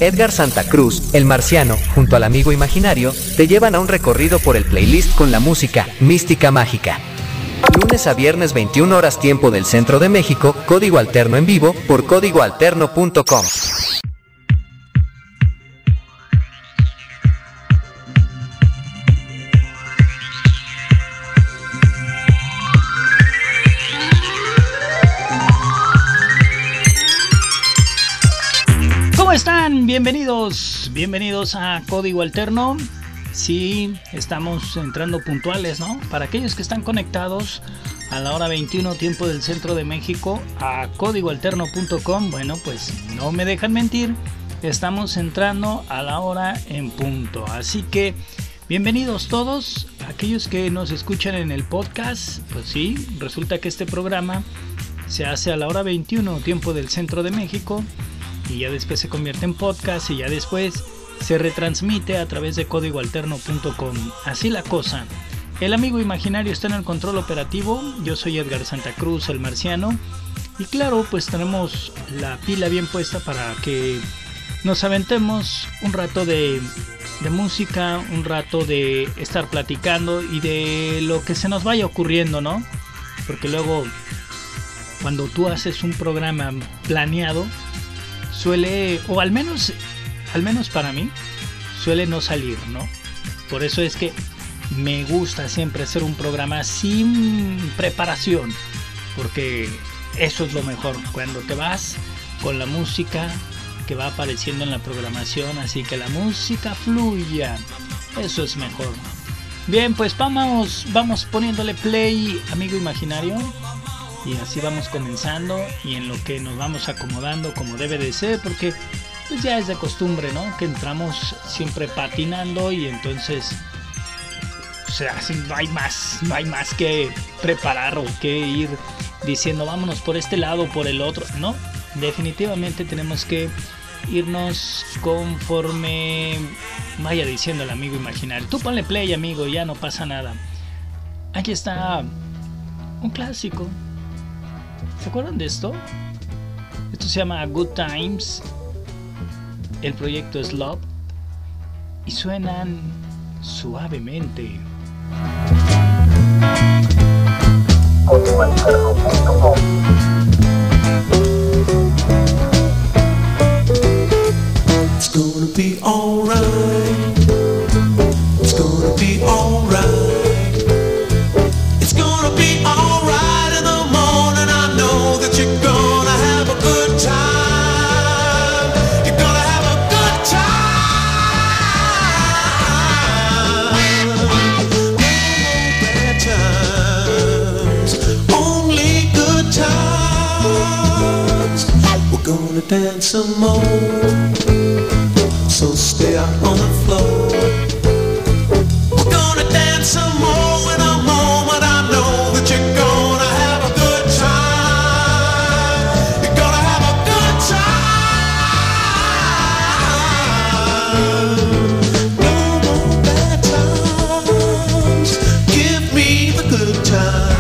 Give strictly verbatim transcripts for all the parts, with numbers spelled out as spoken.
Edgar Santa Cruz, el marciano, junto al amigo imaginario, te llevan a un recorrido por el playlist con la música Mística Mágica. Lunes a viernes veintiuna horas tiempo del Centro de México, Código Alterno en vivo por código alterno punto com. ¿Cómo están? Bienvenidos, bienvenidos a Código Alterno. Sí, estamos entrando puntuales, ¿no? Para aquellos que están conectados a la hora veintiuno tiempo del Centro de México a código alterno punto com, bueno, pues no me dejan mentir, estamos entrando a la hora en punto. Así que bienvenidos todos, aquellos que nos escuchan en el podcast. Pues sí, resulta que este programa se hace a la hora veintiuno tiempo del Centro de México y ya después se convierte en podcast y ya después se retransmite a través de código alterno punto com. Así la cosa. El amigo imaginario está en el control operativo. Yo soy Edgar Santa Cruz, el marciano. Y claro, pues tenemos la pila bien puesta para que nos aventemos un rato de, de música, un rato de estar platicando y de lo que se nos vaya ocurriendo, ¿no? Porque luego, cuando tú haces un programa planeado, suele, o al menos... al menos para mí, suele no salir, ¿no? Por eso es que me gusta siempre hacer un programa sin preparación, porque eso es lo mejor, cuando te vas con la música que va apareciendo en la programación, así que la música fluya, eso es mejor. Bien, pues vamos, vamos poniéndole play, amigo imaginario, y así vamos comenzando, y en lo que nos vamos acomodando como debe de ser, porque pues ya es de costumbre, ¿no? Que entramos siempre patinando y entonces, o sea, no hay más, no hay más que preparar o que ir diciendo vámonos por este lado o por el otro. No, definitivamente tenemos que irnos conforme vaya diciendo el amigo imaginario. Tú ponle play, amigo, ya no pasa nada. Aquí está un clásico. ¿Se acuerdan de esto? Esto se llama Good Times. El proyecto es Love y suenan suavemente. It's gonna be alright. It's gonna be alright. It's gonna be alright in the morning. I know that you're gonna have a good time. Gonna dance some more, so stay out on the floor. We're gonna dance some more in a moment. I know that you're gonna have a good time. You're gonna have a good time. No more bad times. Give me the good times.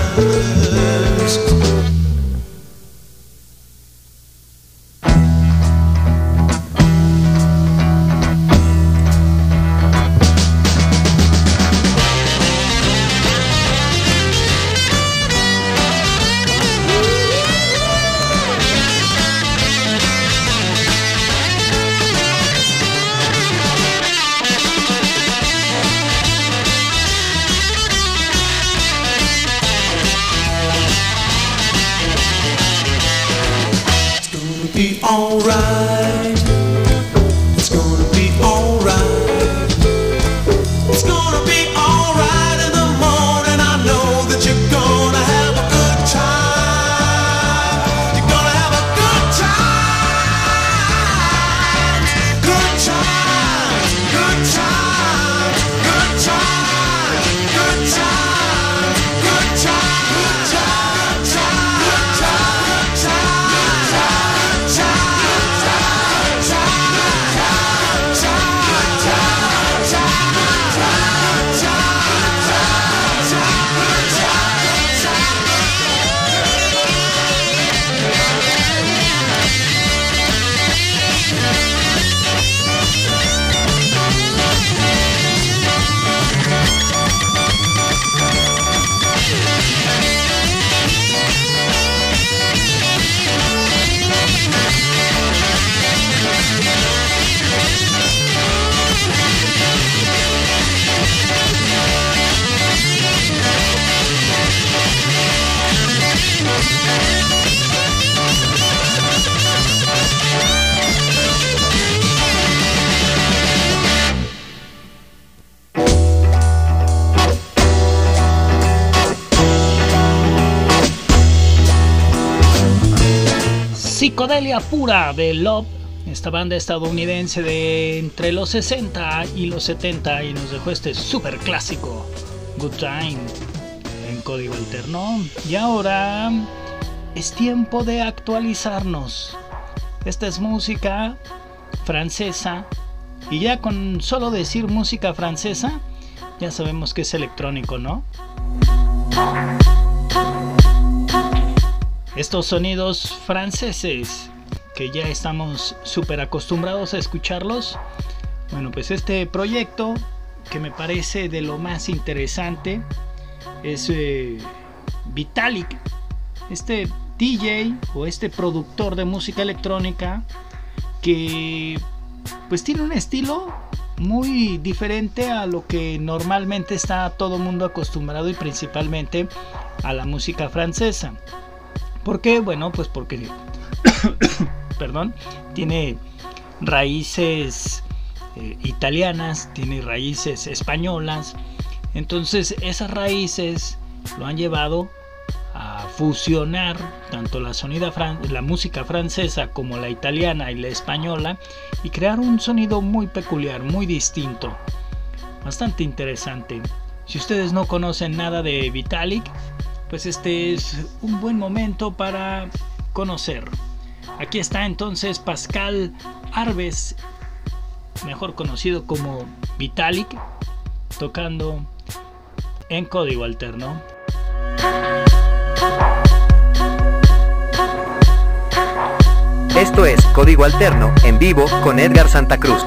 Alright, it's gonna be alright. It's gonna be alright in the morning. I know that you're gonna have a good time. You're gonna have a good time. Good time, good time, good time, good time, good time, good time, good time, good time, good time. Psicodelia pura de Love, esta banda estadounidense de entre los sesenta y los setenta, y nos dejó este super clásico Good Time en Código Alterno. Y ahora es tiempo de actualizarnos. Esta es música francesa, y ya con solo decir música francesa ya sabemos que es electrónico, ¿no? Estos sonidos franceses que ya estamos súper acostumbrados a escucharlos. Bueno, pues este proyecto, que me parece de lo más interesante, es eh, Vitalik, este D J o este productor de música electrónica que pues tiene un estilo muy diferente a lo que normalmente está todo el mundo acostumbrado, y principalmente a la música francesa. ¿Por qué? Bueno, pues porque perdón, tiene raíces eh, italianas, tiene raíces españolas. Entonces esas raíces lo han llevado a fusionar tanto la, sonida fran- la música francesa como la italiana y la española, y crear un sonido muy peculiar, muy distinto, bastante interesante. Si ustedes no conocen nada de Vitalik, pues este es un buen momento para conocer. Aquí está entonces Pascal Arbes, mejor conocido como Vitalik, tocando en Código Alterno. Esto es Código Alterno en vivo con Edgar Santa Cruz.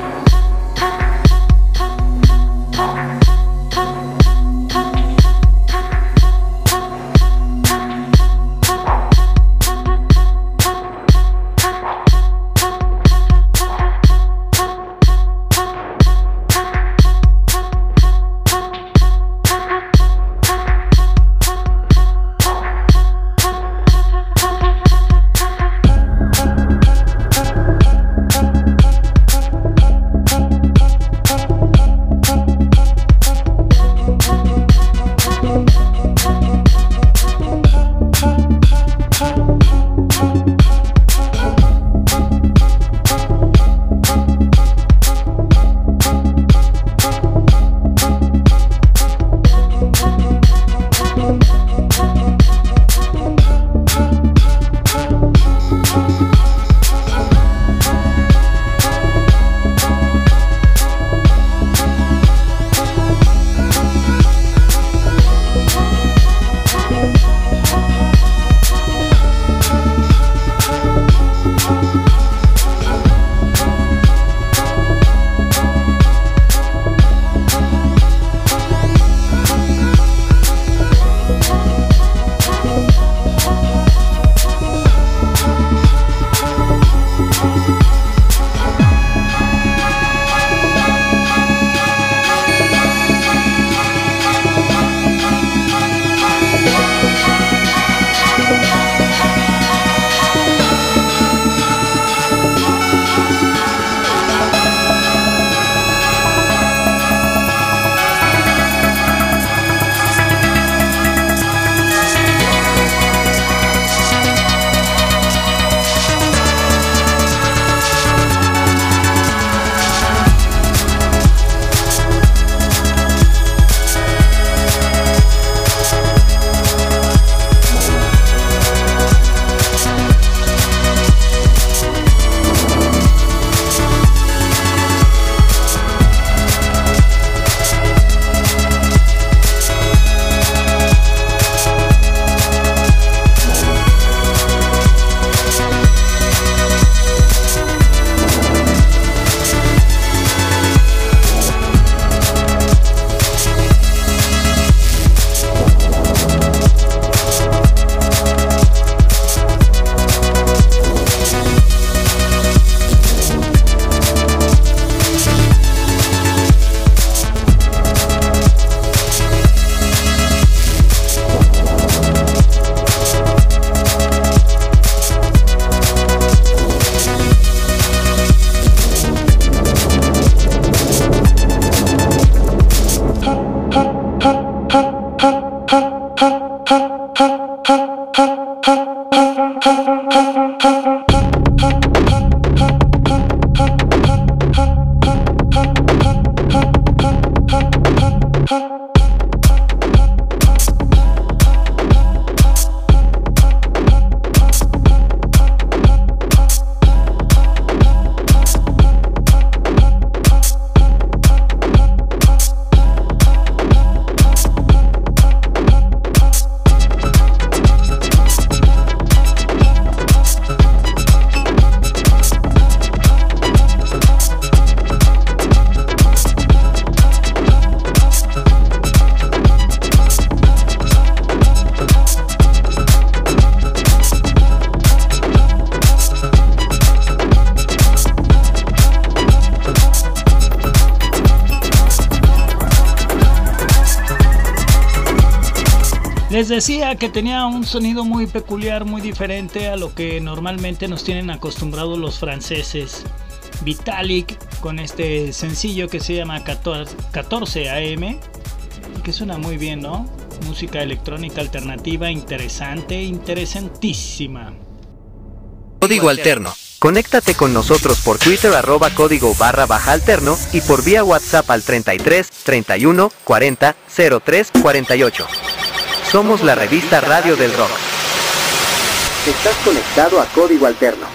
Les decía que tenía un sonido muy peculiar, muy diferente a lo que normalmente nos tienen acostumbrados los franceses. Vitalik con este sencillo que se llama catorce A M, que suena muy bien, ¿no? Música electrónica alternativa interesante, interesantísima. Código Alterno. Conéctate con nosotros por Twitter arroba código barra baja alterno y por vía WhatsApp al treinta y tres, treinta y uno, cuarenta, cero tres, cuarenta y ocho. Somos la revista Radio del Rock. Estás conectado a Código Alterno.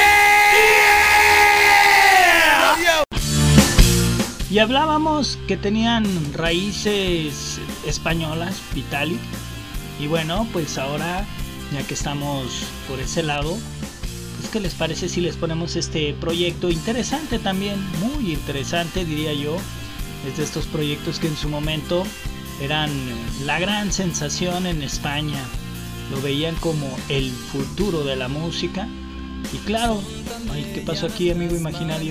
Y hablábamos que tenían raíces españolas, Vitalik. Y bueno, pues ahora, ya que estamos por ese lado, pues ¿qué les parece si les ponemos este proyecto interesante también? Muy interesante, diría yo. Es de estos proyectos que en su momento eran la gran sensación en España. Lo veían como el futuro de la música. Y claro, ay, ¿qué pasó aquí, amigo imaginario?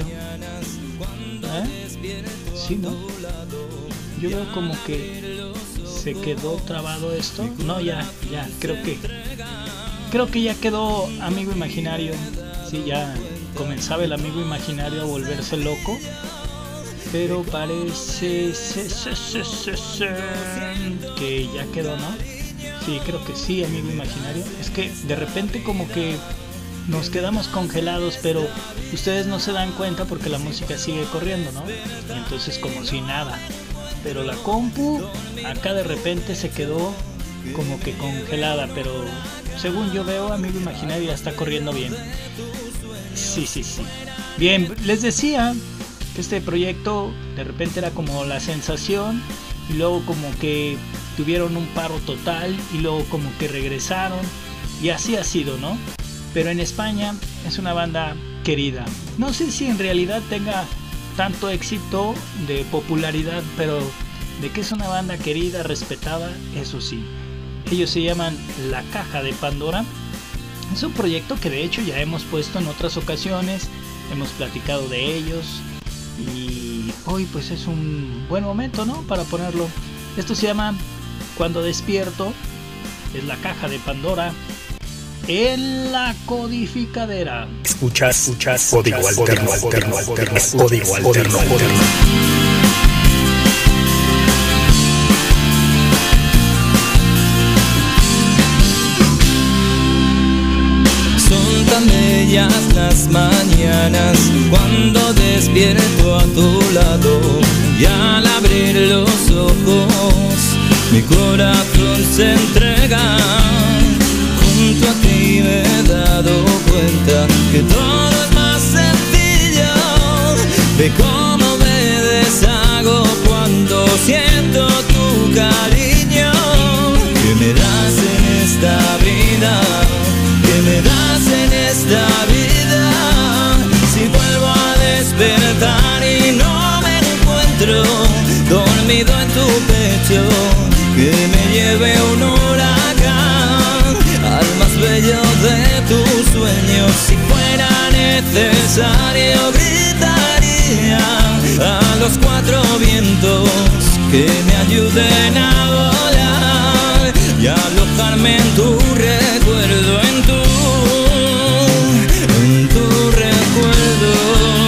¿Eh? Sí, ¿no? Yo veo como que se quedó trabado esto. No, ya, ya, creo que Creo que ya quedó, amigo imaginario. Sí, ya comenzaba el amigo imaginario a volverse loco. Pero parece se, se, se, se, se, que ya quedó, ¿no? Sí, creo que sí, amigo imaginario. Es que de repente como que nos quedamos congelados, pero ustedes no se dan cuenta porque la música sigue corriendo, ¿no? Y entonces como si nada. Pero la compu acá de repente se quedó como que congelada, pero según yo veo, amigo imaginario, ya está corriendo bien. Sí, sí, sí. Bien, les decía que este proyecto de repente era como la sensación y luego como que tuvieron un paro total y luego como que regresaron y así ha sido, ¿no? Pero en España es una banda querida. No sé si en realidad tenga tanto éxito de popularidad, pero de que es una banda querida, respetada, eso sí. Ellos se llaman La Caja de Pandora. Es un proyecto que de hecho ya hemos puesto en otras ocasiones, hemos platicado de ellos y hoy pues es un buen momento, ¿no?, para ponerlo. Esto se llama Cuando Despierto, es La Caja de Pandora en la codificadera. Escuchas, escuchas, código alterno, alterno, alterno, código alterno, alterno. Son tan bellas las mañanas cuando despierto a tu lado y al abrir los ojos mi corazón se entrega. Junto a ti me he dado cuenta que todo es más sencillo. Ve cómo me deshago cuando siento tu cariño que me das en esta vida, que me das en esta vida. Si vuelvo a despertar y no me encuentro dormido en tu pecho, que me lleve un huracán al más bello de tus sueños. Si fuera necesario gritaría a los cuatro vientos que me ayuden a volar y alojarme en tu recuerdo, en tu, en tu recuerdo.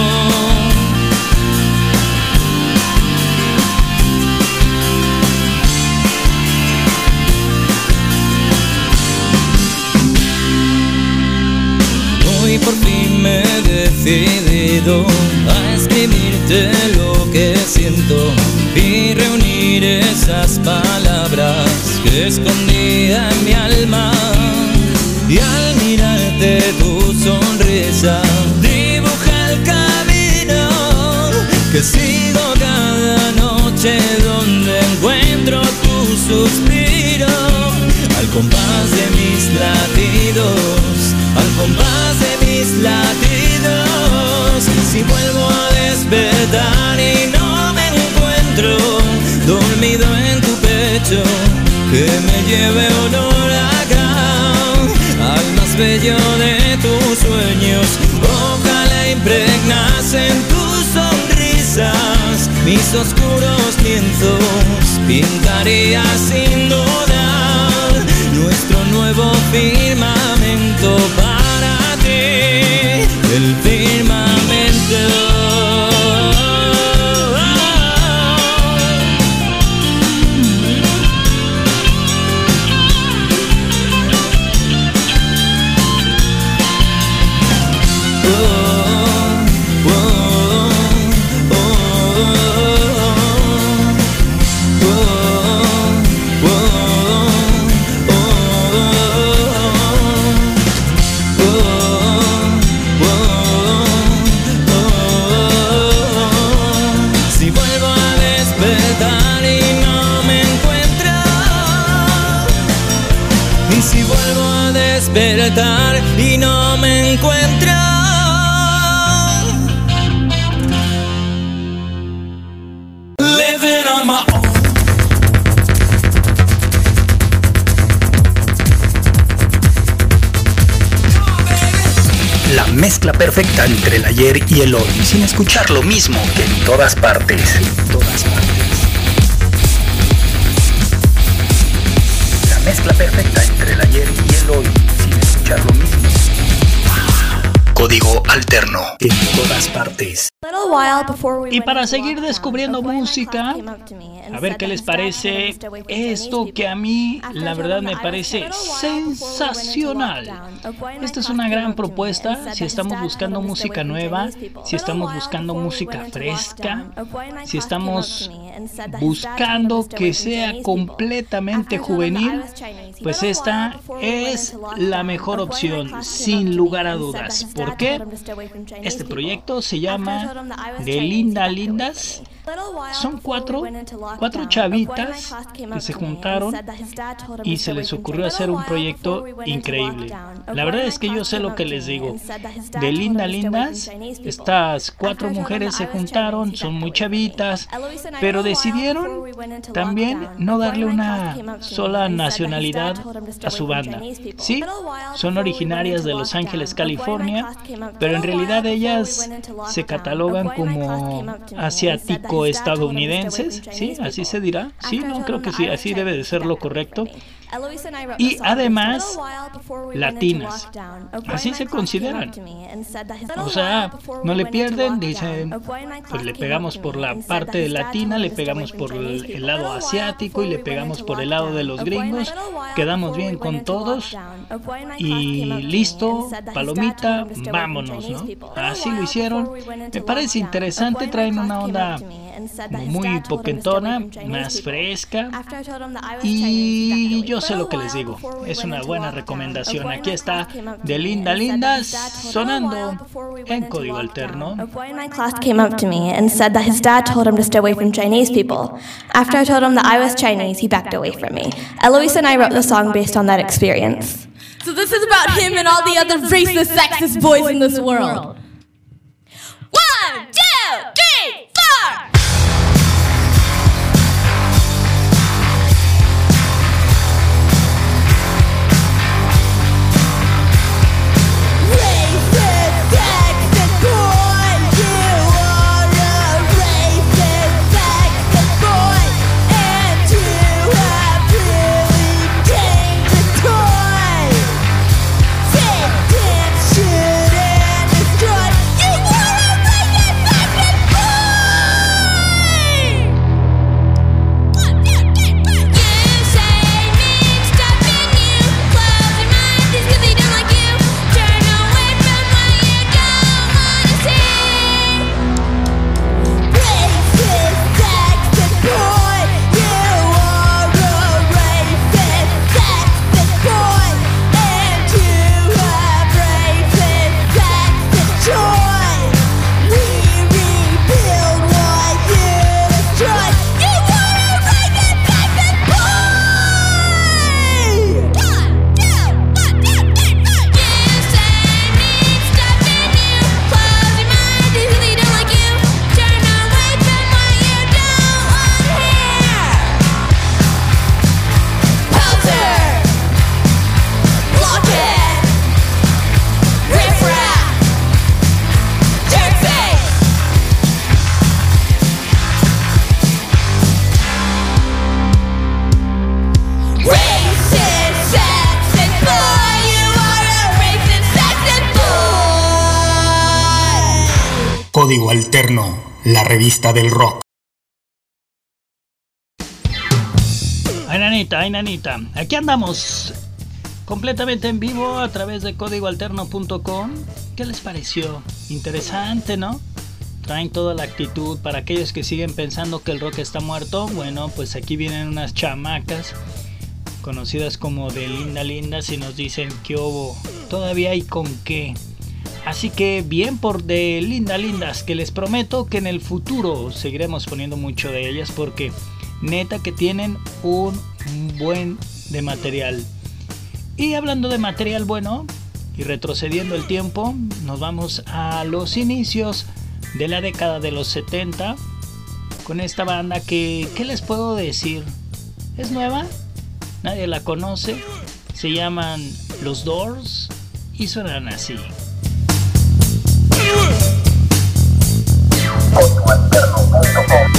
Hoy por fin me he decidido a escribirte lo que siento y reunir esas palabras que escondía en mi alma. Y al mirarte tu sonrisa dibuja el camino que sigo cada noche, donde encuentro tu suspiro al compás de mis latidos, al compás de mis latidos. Si vuelvo a despertar y no me encuentro dormido en tu pecho, que me lleve un huracán al más bello de tus sueños. Ojalá impregnasen tus sonrisas mis oscuros lienzos, pintaría sin dudar firmamento para ti, el firmamento. Despertar y no me encuentro. Living on my own. La mezcla perfecta entre el ayer y el hoy, sin escuchar lo mismo que en todas partes. En todas partes. La mezcla perfecta entre el ayer y el hoy, sin escuchar lo mismo. Código alterno en todas partes. Y para seguir descubriendo música, a ver qué les parece esto que a mí la verdad me parece sensacional. Esta es una gran propuesta si estamos buscando música nueva, si estamos buscando música fresca, si estamos buscando que sea completamente juvenil, pues esta es la mejor opción, sin lugar a dudas. ¿Por qué? Este proyecto se llama De Linda Lindas. Son cuatro, cuatro chavitas que se juntaron y se les ocurrió hacer un proyecto increíble. La verdad es que yo sé lo que les digo. De Linda Lindas, estas cuatro mujeres se juntaron, son muy chavitas, pero decidieron también no darle una sola nacionalidad a su banda. Sí, son originarias de Los Ángeles, California, pero en realidad ellas se catalogan como asiático estadounidenses, ¿sí? Así se dirá. Sí, no, creo que sí, así debe de ser lo correcto. Y además, latinas. Así se consideran. O sea, no le pierden, dicen, pues le pegamos por la parte latina, le pegamos por el, el lado asiático y le pegamos por el lado de los gringos. Quedamos bien con todos y listo, palomita, vámonos, ¿no? Así lo hicieron. Me parece interesante, traen una onda muy poquentona, más fresca, y yo sé lo que les digo, es una buena recomendación. Aquí está De Linda Lindas sonando en Código Alterno. A boy in my class came up to me and said that his dad told him to stay away from Chinese people. After I told him that I was Chinese, he backed away from me. Eloise and I wrote the song based on that experience. So this is about him and all the other racist, sexist boys in this world. One, two, three, four! Shoot and destroy. You wanna make it Alterno, la revista del rock. Ay, nanita, ay, nanita. Aquí andamos completamente en vivo a través de código alterno punto com. ¿Qué les pareció? Interesante, ¿no? Traen toda la actitud para aquellos que siguen pensando que el rock está muerto. Bueno, pues aquí vienen unas chamacas conocidas como de Linda Lindas y nos dicen que hubo, todavía hay con qué. Así que bien por de Linda Lindas, que les prometo que en el futuro seguiremos poniendo mucho de ellas porque neta que tienen un buen de material. Y hablando de material bueno y retrocediendo el tiempo, nos vamos a los inicios de la década de los setenta con esta banda que, ¿qué les puedo decir? ¿Es nueva? Nadie la conoce. Se llaman Los Doors y suenan así. código alterno punto com.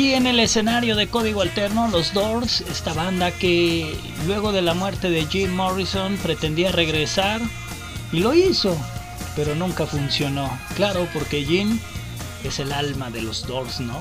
aquí en el escenario de Código Alterno, los Doors, esta banda que luego de la muerte de Jim Morrison pretendía regresar y lo hizo, pero nunca funcionó. Claro, porque Jim es el alma de los Doors, ¿no?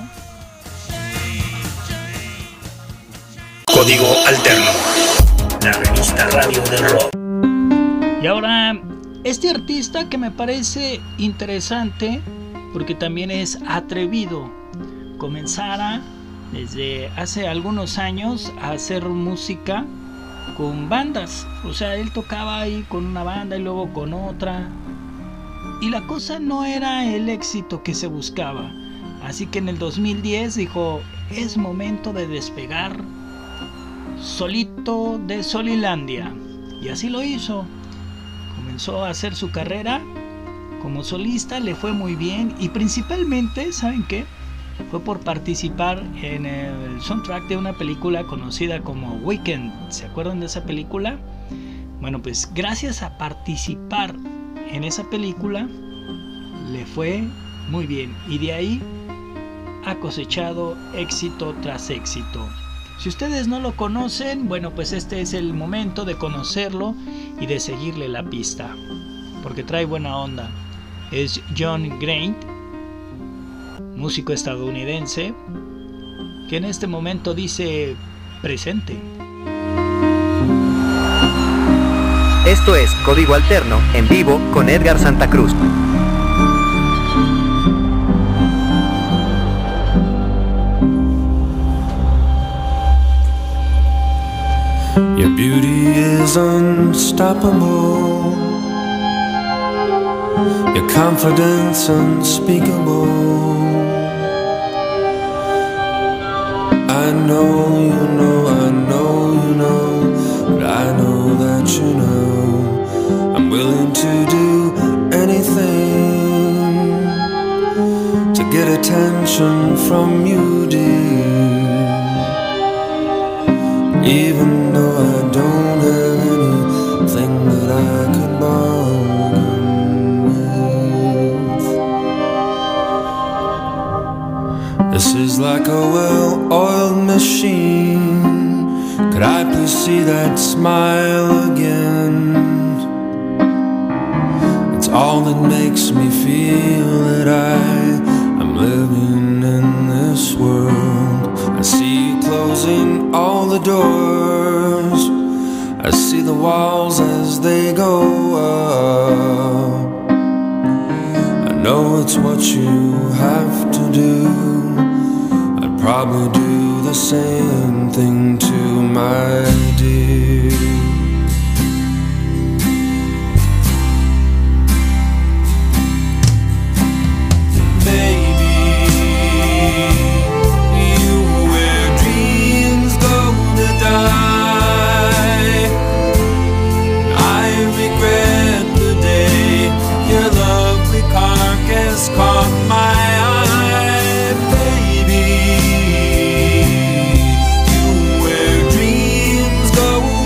Código Alterno, la revista radio del rock. Y ahora, este artista que me parece interesante porque también es atrevido, comenzara desde hace algunos años a hacer música con bandas. O sea, él tocaba ahí con una banda y luego con otra, y la cosa no era el éxito que se buscaba. Así que en el dos mil diez dijo, es momento de despegar solito de Solilandia, y así lo hizo. Comenzó a hacer su carrera como solista, le fue muy bien, y principalmente, ¿saben qué? Fue por participar en el soundtrack de una película conocida como Weekend. ¿Se acuerdan de esa película? Bueno, pues gracias a participar en esa película le fue muy bien, y de ahí ha cosechado éxito tras éxito. Si ustedes no lo conocen, bueno, pues este es el momento de conocerlo y de seguirle la pista, porque trae buena onda. Es John Grant, músico estadounidense, que en este momento dice presente. Esto es Código Alterno, en vivo, con Edgar Santa Cruz. Your beauty is unstoppable, your confidence unspeakable. I know you know, I know you know, but I know that you know I'm willing to do anything to get attention from you, dear. Even though I don't have anything that I could bargain with. This is like a well-oiled machine. Could I please see that smile again? It's all that makes me feel that I am living in this world. I see you closing all the doors, I see the walls as they go up. I know it's what you have to do, I'd probably do the same thing to my dear. Caught my eye, baby. You wear dreams go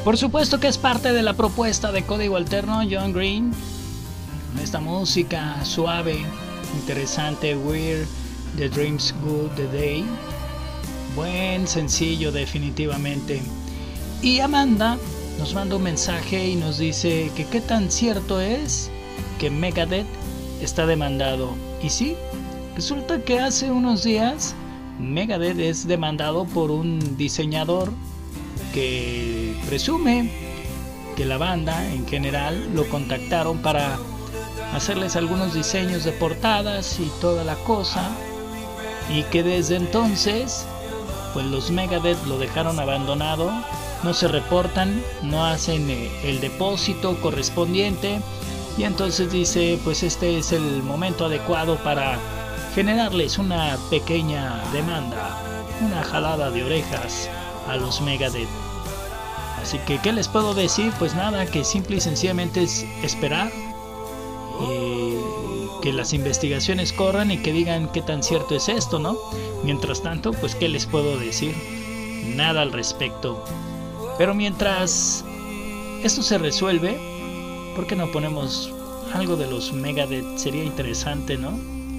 Por supuesto que es parte de la propuesta de Código Alterno, John Green. Esta música suave, interesante, Weird, The Dreams Good The Day. Buen sencillo definitivamente. Y Amanda nos manda un mensaje y nos dice que qué tan cierto es que Megadeth está demandado. Y sí, resulta que hace unos días Megadeth es demandado por un diseñador que presume que la banda en general lo contactaron para hacerles algunos diseños de portadas y toda la cosa, y que desde entonces pues los Megadeth lo dejaron abandonado, no se reportan, no hacen el depósito correspondiente, y entonces dice pues este es el momento adecuado para generarles una pequeña demanda, una jalada de orejas a los Megadeth. Así que ¿qué les puedo decir? Pues nada, que simple y sencillamente es esperar, eh, que las investigaciones corran y que digan qué tan cierto es esto, ¿no? Mientras tanto, pues ¿qué les puedo decir? Nada al respecto. Pero mientras esto se resuelve, ¿por qué no ponemos algo de los Megadeth? Sería interesante, ¿no?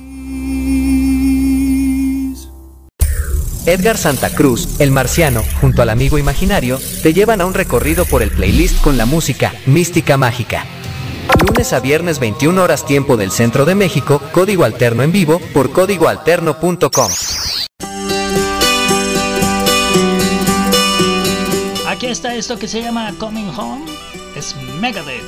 Edgar Santa Cruz, el marciano, junto al amigo imaginario, te llevan a un recorrido por el playlist con la música Mística Mágica. Lunes a viernes veintiuna horas tiempo del centro de México, Código Alterno en vivo por código alterno punto com. Aquí está esto que se llama Coming Home, es Megadeth.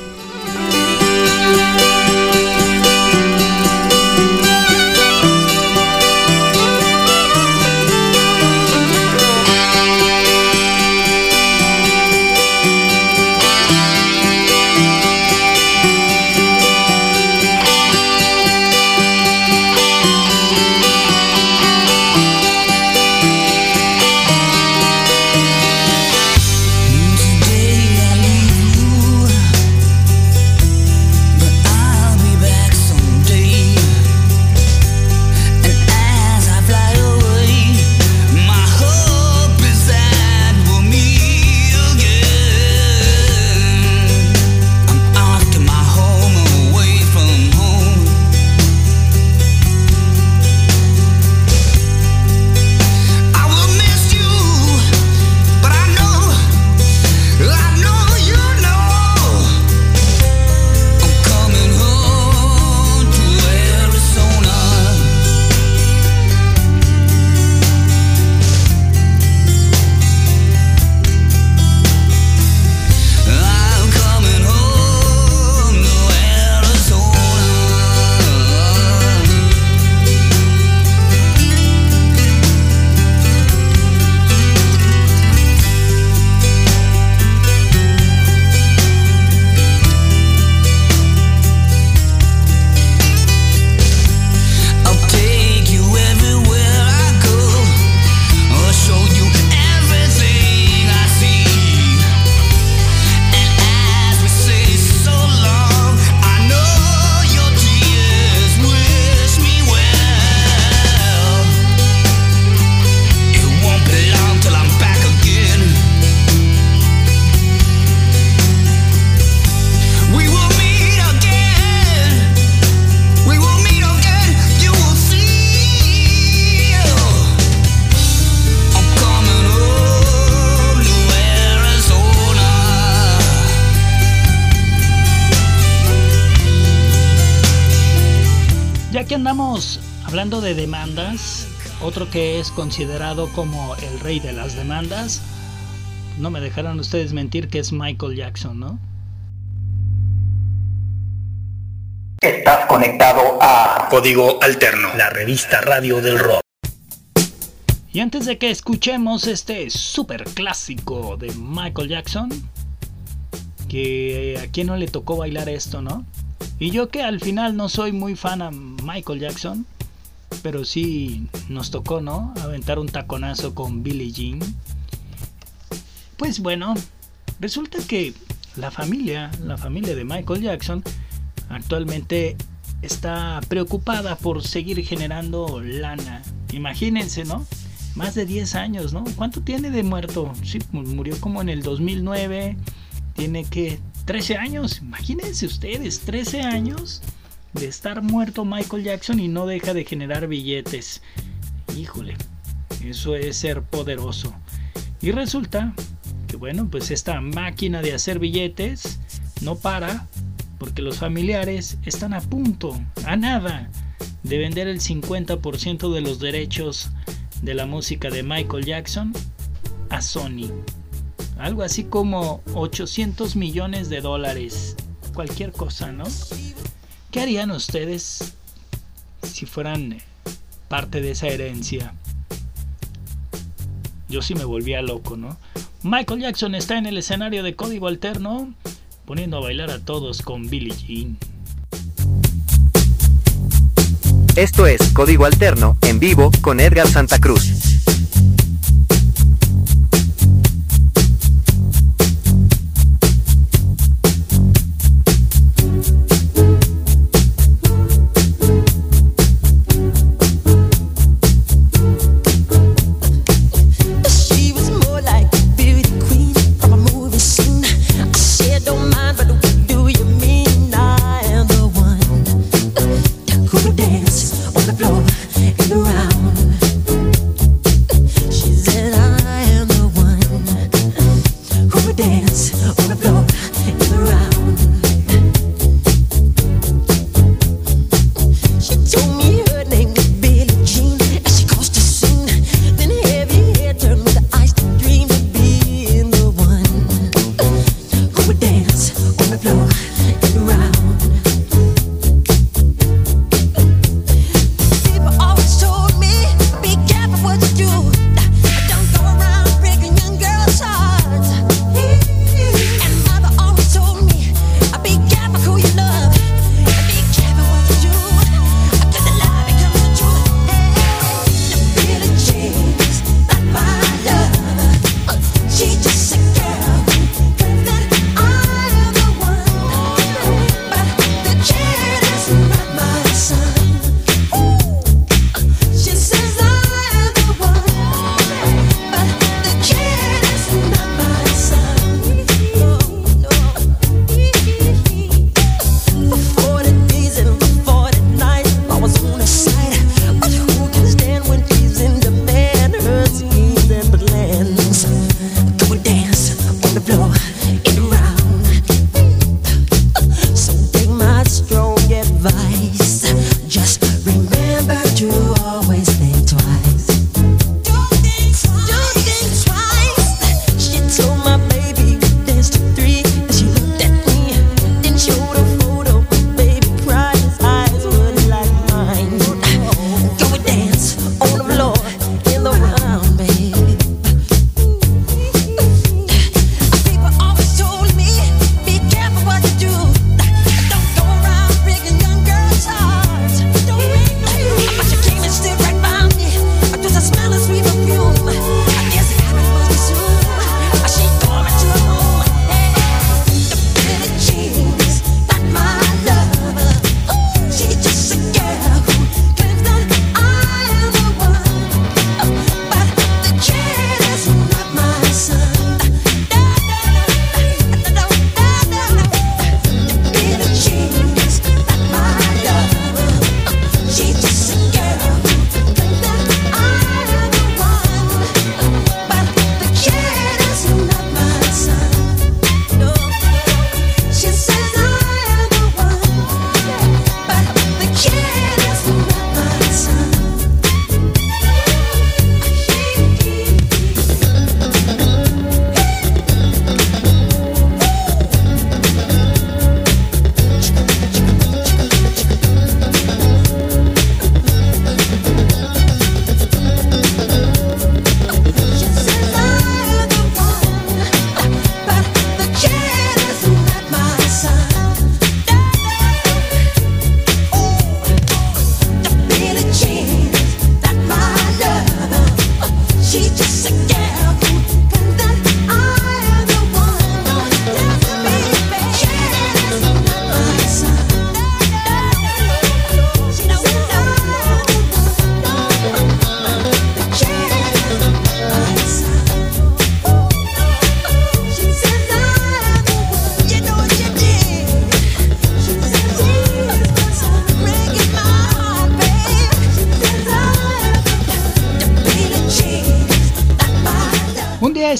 Andamos hablando de demandas, otro que es considerado como el rey de las demandas, no me dejarán ustedes mentir, que es Michael Jackson, ¿no? Estás conectado a Código Alterno, la revista radio del rock. Y antes de que escuchemos este super clásico de Michael Jackson, que a quien no le tocó bailar esto, ¿no? Y yo que al final no soy muy fan a Michael Jackson, pero sí nos tocó, ¿no? Aventar un taconazo con Billie Jean. Pues bueno, resulta que la familia, la familia de Michael Jackson actualmente está preocupada por seguir generando lana. Imagínense, ¿no? Más de diez años, ¿no? ¿Cuánto tiene de muerto? Sí, murió como en el dos mil nueve. Tiene que trece años. Imagínense ustedes, trece años de estar muerto Michael Jackson y no deja de generar billetes. Híjole, eso es ser poderoso. Y resulta que, bueno, pues esta máquina de hacer billetes no para, porque los familiares están a punto, a nada, de vender el cincuenta por ciento de los derechos de la música de Michael Jackson a Sony. Algo así como ochocientos millones de dólares. Cualquier cosa, ¿no? ¿Qué harían ustedes si fueran parte de esa herencia? Yo sí me volvía loco, ¿no? Michael Jackson está en el escenario de Código Alterno, poniendo a bailar a todos con Billie Jean. Esto es Código Alterno, en vivo, con Edgar Santa Cruz. Don't go around breaking young girls' hearts.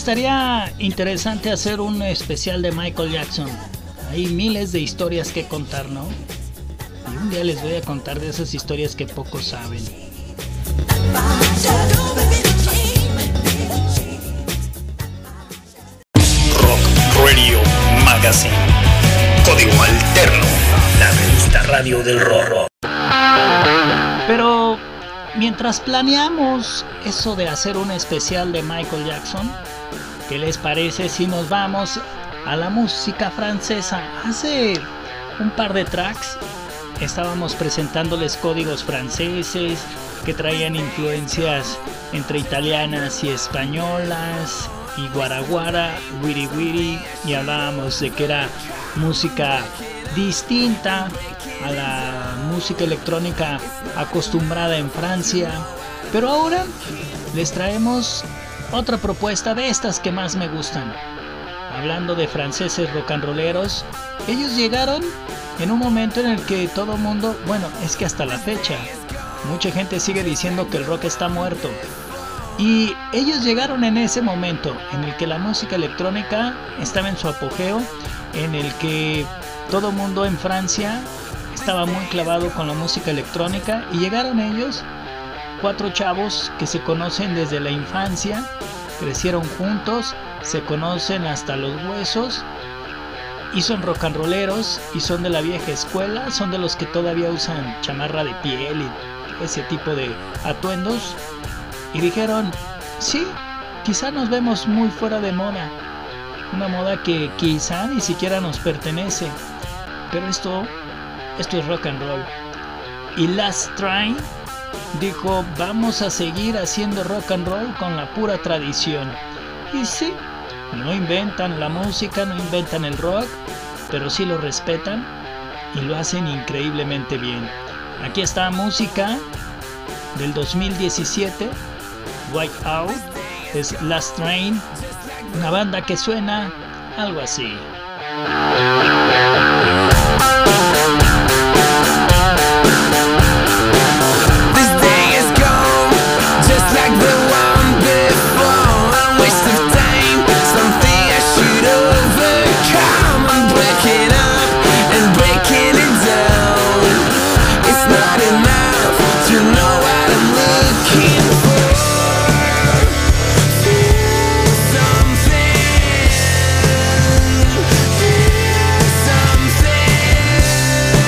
estaría interesante hacer un especial de Michael Jackson. Hay miles de historias que contar, ¿no? Y un día les voy a contar de esas historias que pocos saben. Rock Radio Magazine. Código Alterno, la revista radio del rock. Pero mientras planeamos eso de hacer un especial de Michael Jackson, ¿qué les parece si nos vamos a la música francesa? Hace un par de tracks estábamos presentándoles códigos franceses que traían influencias entre italianas y españolas, y guaraguara, wiri wiri, y hablábamos de que era música distinta a la música electrónica acostumbrada en Francia. Pero ahora les traemos otra propuesta de estas que más me gustan. Hablando de franceses rock and rolleros, ellos llegaron en un momento en el que todo mundo, bueno, es que hasta la fecha, mucha gente sigue diciendo que el rock está muerto. Y ellos llegaron en ese momento en el que la música electrónica estaba en su apogeo, en el que todo mundo en Francia estaba muy clavado con la música electrónica, y llegaron ellos, cuatro chavos que se conocen desde la infancia, crecieron juntos, se conocen hasta los huesos, y son rock and rolleros, y son de la vieja escuela, son de los que todavía usan chamarra de piel y ese tipo de atuendos. Y dijeron, sí, quizá nos vemos muy fuera de moda, una moda que quizá ni siquiera nos pertenece, pero esto, esto es rock and roll. Y Last Train dijo, vamos a seguir haciendo rock and roll con la pura tradición. Y sí, no inventan la música, no inventan el rock, pero sí lo respetan y lo hacen increíblemente bien. Aquí está música del dos mil diecisiete, White Out, es Last Train, una banda que suena algo así. Something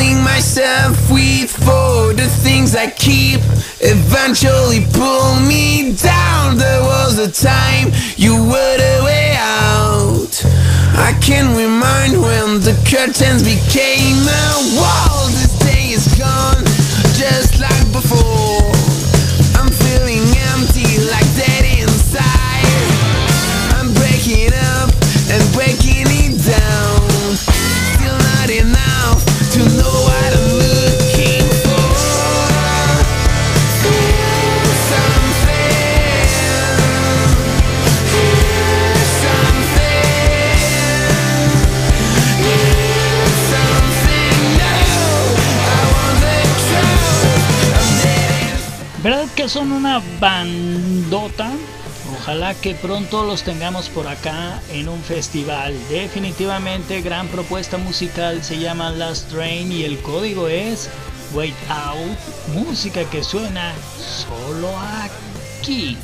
killing myself with for the things I keep eventually pull me down. There was a time you were the way out. I can remind when the curtains became a wall. This day is gone, just like before. I'm feeling empty, like dead inside. I'm breaking up and breaking it down. Still not enough to know what I'm looking for. Feel something, hear something, hear something new. I want the truth. I'm dead. ¿Verdad que son una bandota? Ojalá que pronto los tengamos por acá en un festival. Definitivamente gran propuesta musical, se llama Last Train y el código es Wait Out, música que suena solo aquí.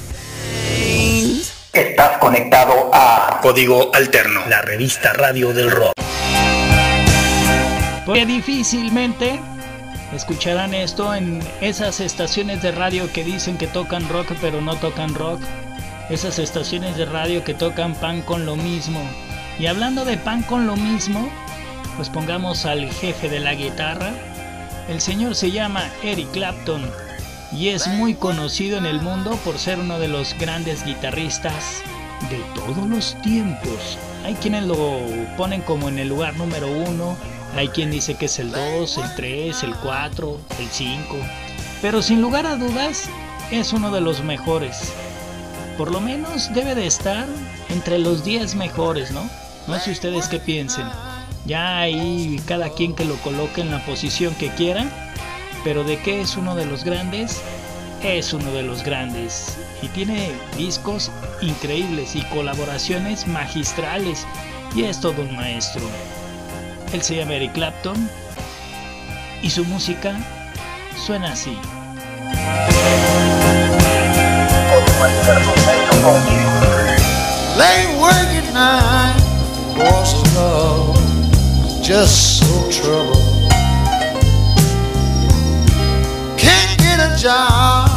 Estás conectado a Código Alterno, la revista radio del rock. Porque difícilmente escucharán esto en esas estaciones de radio que dicen que tocan rock pero no tocan rock. Esas estaciones de radio que tocan pan con lo mismo. Y hablando de pan con lo mismo, pues pongamos al jefe de la guitarra. El señor se llama Eric Clapton y es muy conocido en el mundo por ser uno de los grandes guitarristas de todos los tiempos. Hay quienes lo ponen como en el lugar número uno, hay quien dice que es el dos, el tres, el cuatro, el cinco, pero sin lugar a dudas es uno de los mejores. Por lo menos debe de estar entre los diez mejores, ¿no? No sé ustedes qué piensen. Ya ahí cada quien que lo coloque en la posición que quiera. Pero de qué es uno de los grandes, es uno de los grandes. Y tiene discos increíbles y colaboraciones magistrales. Y es todo un maestro. Él se llama Eric Clapton. Y su música suena así. Late working night, boss of love, just so trouble. Can't get a job,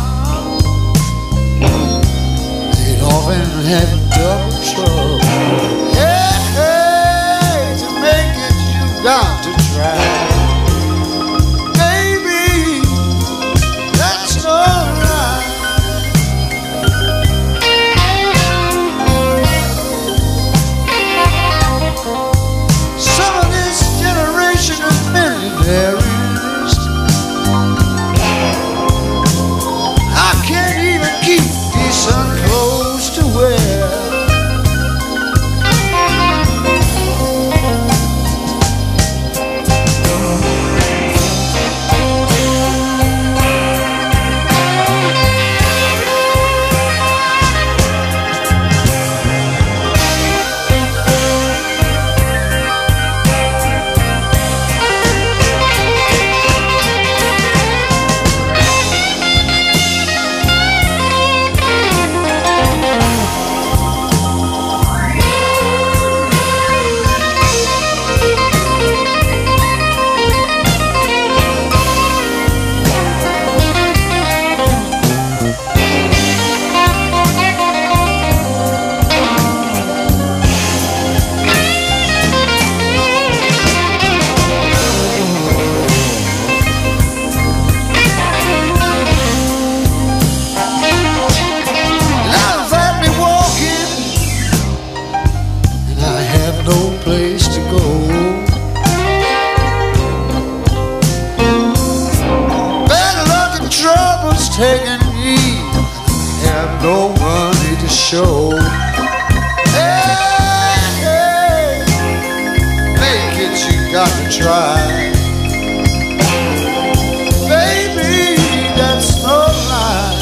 laid off and having double trouble. Hey, hey, to make it you got to try. Baby, that's alright. Millionaires, I can't even keep decent clothes to wear. Taking me, have no money to show. Hey, hey, make it, you got to try. Baby, that's no lie.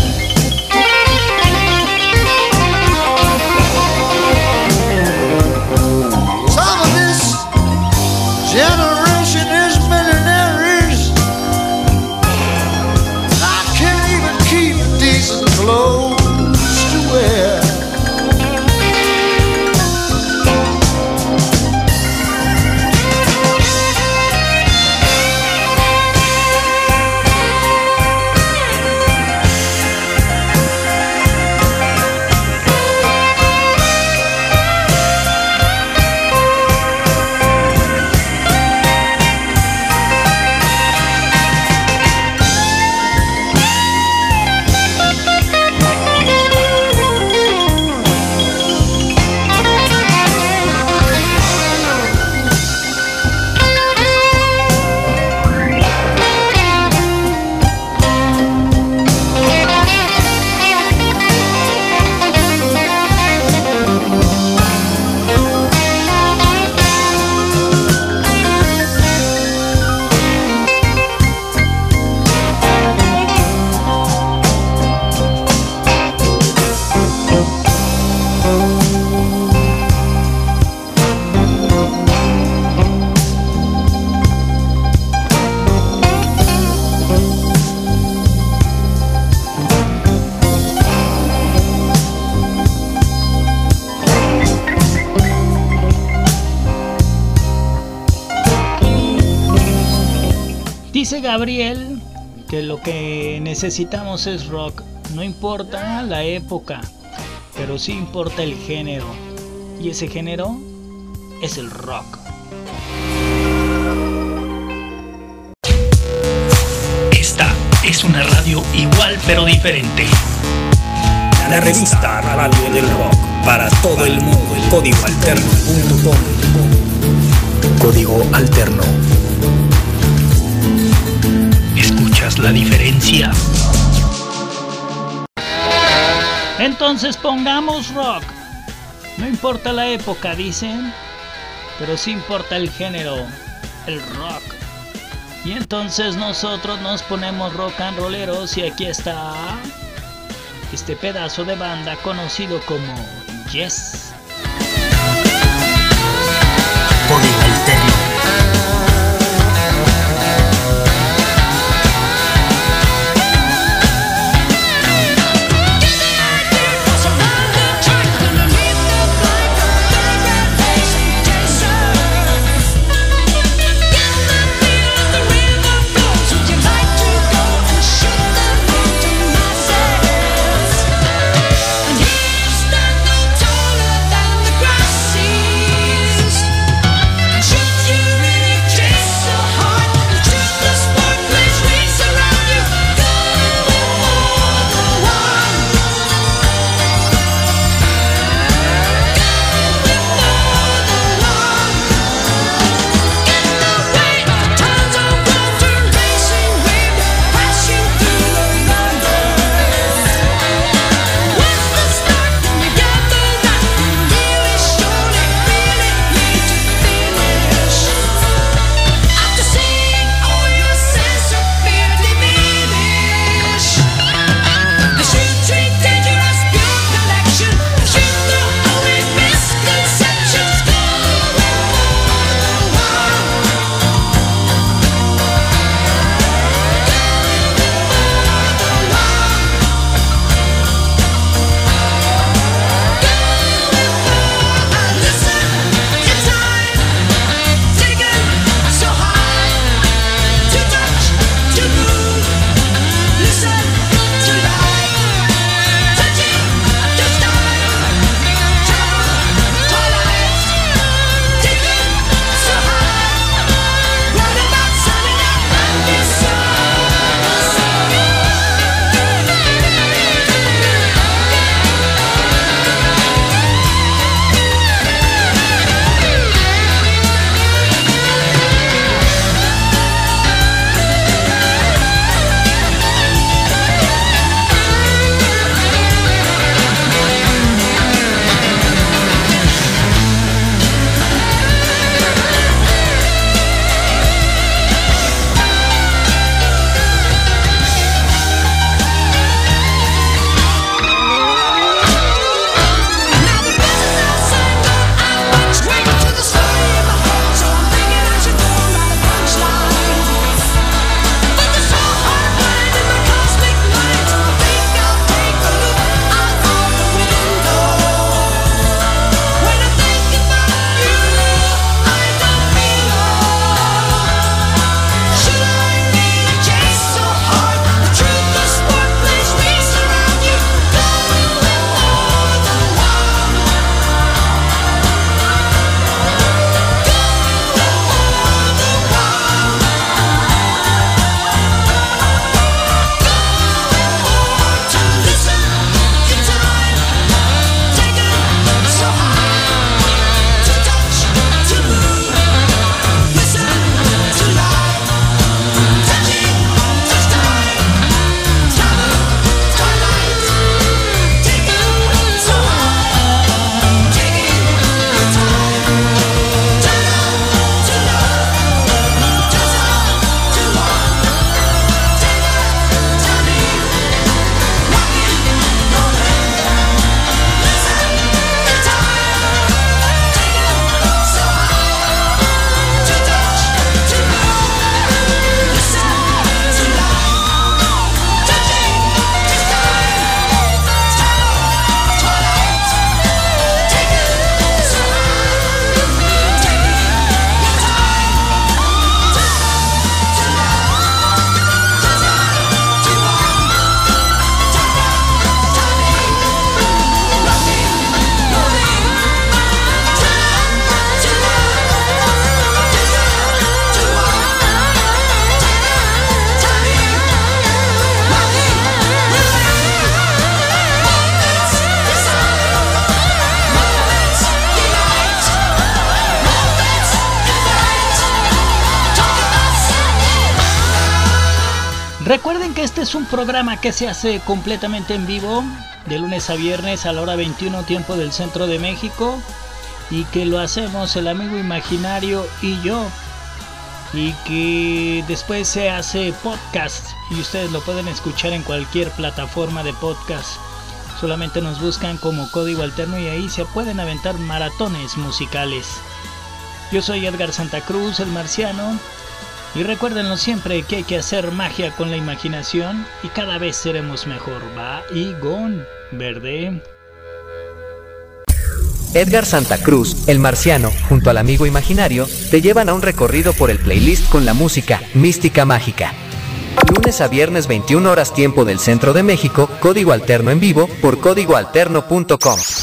Some of this generation is millionaires. I can't even keep decent clothes to wear. Dice Gabriel que lo que necesitamos es rock. No importa la época, pero sí importa el género. Y ese género es el rock. Esta es una radio igual pero diferente. La revista Radio del Rock para todo el mundo. El código alterno punto com. Código Alterno. ¿Escuchas la diferencia? Entonces pongamos rock. No importa la época, dicen, pero sí importa el género, el rock. Y entonces nosotros nos ponemos rock and rolleros y aquí está este pedazo de banda conocido como Yes. Código Alterno. Standing taller than Recuerden que este es un programa que se hace completamente en vivo, de lunes a viernes a la hora veintiuno, tiempo del centro de México, y que lo hacemos el amigo imaginario y yo, y que después se hace podcast y ustedes lo pueden escuchar en cualquier plataforma de podcast. Solamente nos buscan como Código Alterno y ahí se pueden aventar maratones musicales. Yo soy Edgar Santa Cruz, el marciano, y recuérdenlo siempre que hay que hacer magia con la imaginación y cada vez seremos mejor. Va y gon verde. Edgar Santa Cruz, el marciano, junto al amigo imaginario, te llevan a un recorrido por el playlist con la música Mística Mágica. Lunes a viernes veintiuna horas tiempo del centro de México, Código Alterno en vivo por código alterno punto com.